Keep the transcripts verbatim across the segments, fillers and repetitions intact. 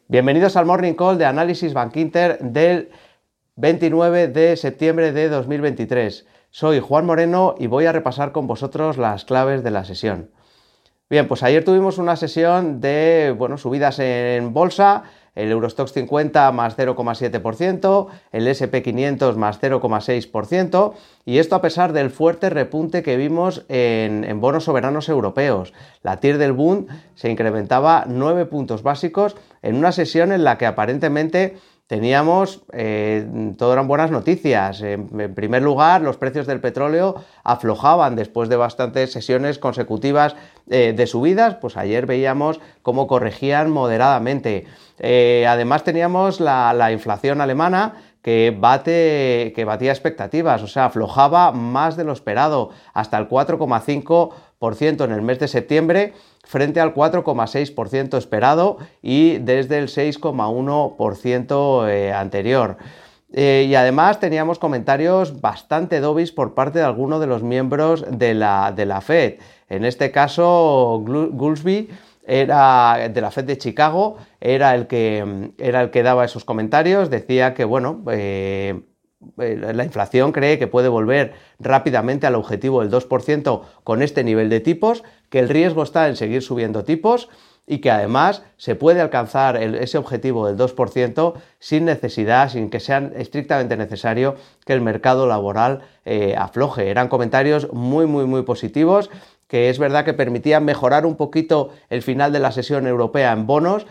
Bienvenidos al Morning Call de Análisis Bankinter del veintinueve de septiembre de dos mil veintitrés. Soy Juan Moreno y voy a repasar con vosotros las claves de la sesión. Bien, pues ayer tuvimos una sesión de bueno, subidas en bolsa, el Eurostoxx cincuenta más cero coma siete por ciento, el ese and pe quinientos más cero coma seis por ciento, y esto a pesar del fuerte repunte que vimos en, en bonos soberanos europeos. La TIR del Bund se incrementaba nueve puntos básicos en una sesión en la que aparentemente teníamos, eh, todo eran buenas noticias. En, en primer lugar, los precios del petróleo aflojaban después de bastantes sesiones consecutivas eh, de subidas, pues ayer veíamos cómo corregían moderadamente. Eh, además teníamos la, la inflación alemana que, bate, que batía expectativas, o sea, aflojaba más de lo esperado, hasta el cuatro coma cinco por ciento en el mes de septiembre, frente al cuatro coma seis por ciento esperado y desde el seis coma uno por ciento eh, anterior. Eh, y además teníamos comentarios bastante dovish por parte de algunos de los miembros de la, de la Fed. En este caso, Goolsbee, era de la Fed de Chicago, era el que, era el que daba esos comentarios, decía que, bueno, eh, la inflación cree que puede volver rápidamente al objetivo del dos por ciento con este nivel de tipos, que el riesgo está en seguir subiendo tipos y que además se puede alcanzar el, ese objetivo del dos por ciento sin necesidad, sin que sea estrictamente necesario que el mercado laboral eh, afloje. Eran comentarios muy, muy, muy positivos, que es verdad que permitían mejorar un poquito el final de la sesión europea en bonos,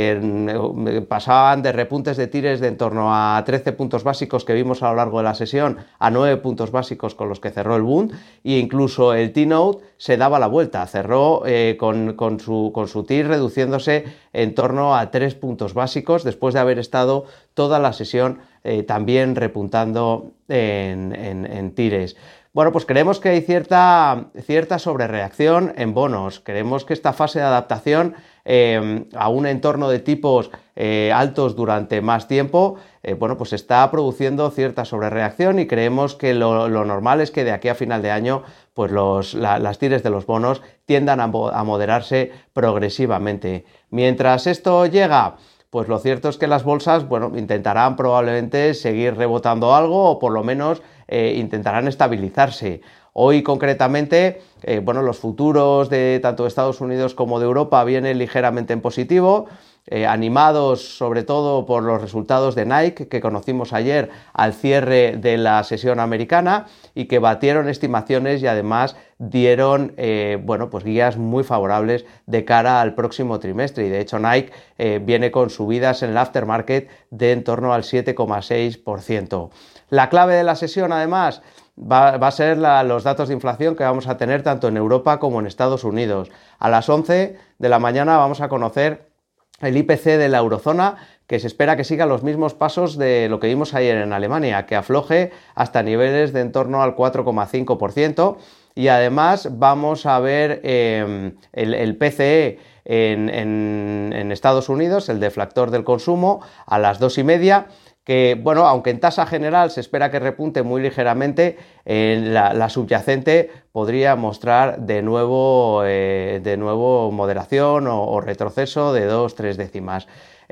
que pasaban de repuntes de tires de en torno a trece puntos básicos que vimos a lo largo de la sesión a nueve puntos básicos con los que cerró el Bund, e incluso el T-Note se daba la vuelta, cerró eh, con, con, su, con su T I R reduciéndose en torno a tres puntos básicos después de haber estado toda la sesión eh, también repuntando en, en, en tires. Bueno, pues creemos que hay cierta, cierta sobrereacción en bonos. Creemos que esta fase de adaptación eh, a un entorno de tipos eh, altos durante más tiempo, eh, bueno, pues está produciendo cierta sobrereacción y creemos que lo, lo normal es que de aquí a final de año pues los, la, las tires de los bonos tiendan a, a moderarse progresivamente. Mientras esto llega, pues lo cierto es que las bolsas, bueno, intentarán probablemente seguir rebotando algo o por lo menos eh, intentarán estabilizarse. Hoy concretamente, eh, bueno, los futuros de tanto de Estados Unidos como de Europa vienen ligeramente en positivo, eh, animados sobre todo por los resultados de Nike que conocimos ayer al cierre de la sesión americana y que batieron estimaciones y además dieron eh, bueno, pues guías muy favorables de cara al próximo trimestre, y de hecho Nike eh, viene con subidas en el aftermarket de en torno al siete coma seis por ciento. La clave de la sesión además Va, va a ser la, los datos de inflación que vamos a tener tanto en Europa como en Estados Unidos. A las once de la mañana vamos a conocer el I P C de la eurozona, que se espera que siga los mismos pasos de lo que vimos ayer en Alemania, que afloje hasta niveles de en torno al cuatro coma cinco por ciento, y además vamos a ver eh, el, el P C E en, en, en Estados Unidos, el deflactor del consumo, a las dos y media, que, bueno, aunque en tasa general se espera que repunte muy ligeramente, eh, la, la subyacente podría mostrar de nuevo, eh, de nuevo moderación o, o retroceso de dos, tres décimas.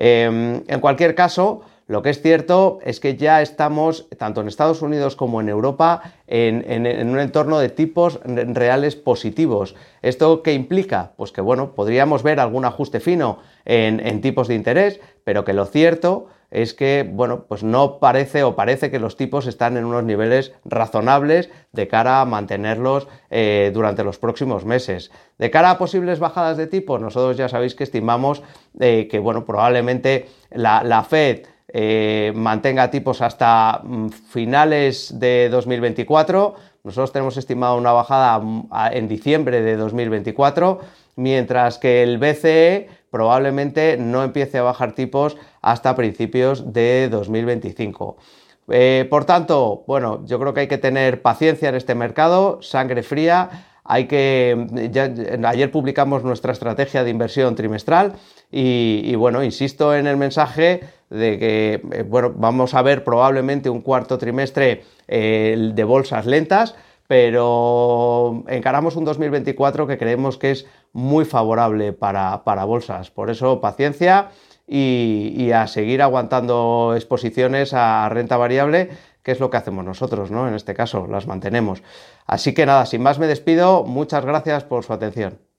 Eh, en cualquier caso, lo que es cierto es que ya estamos, tanto en Estados Unidos como en Europa, en, en, en un entorno de tipos reales positivos. ¿Esto qué implica? Pues que, bueno, podríamos ver algún ajuste fino en, en tipos de interés, pero que lo cierto es que, bueno, pues no parece o parece que los tipos están en unos niveles razonables de cara a mantenerlos eh, durante los próximos meses. De cara a posibles bajadas de tipos, nosotros ya sabéis que estimamos eh, que, bueno, probablemente la, la Fed eh, mantenga tipos hasta mm, finales de dos mil veinticuatro. Nosotros tenemos estimado una bajada en diciembre de dos mil veinticuatro, mientras que el B C E probablemente no empiece a bajar tipos hasta principios de dos mil veinticinco. Eh, por tanto, bueno, yo creo que hay que tener paciencia en este mercado, sangre fría. Hay que, ya, ayer publicamos nuestra estrategia de inversión trimestral y, y bueno, insisto en el mensaje de que, eh, bueno, vamos a ver probablemente un cuarto trimestre eh, de bolsas lentas, pero encaramos un dos mil veinticuatro que creemos que es muy favorable para, para bolsas. Por eso, paciencia y, y a seguir aguantando exposiciones a renta variable, que es lo que hacemos nosotros, ¿no? En este caso, las mantenemos. Así que nada, sin más me despido. Muchas gracias por su atención.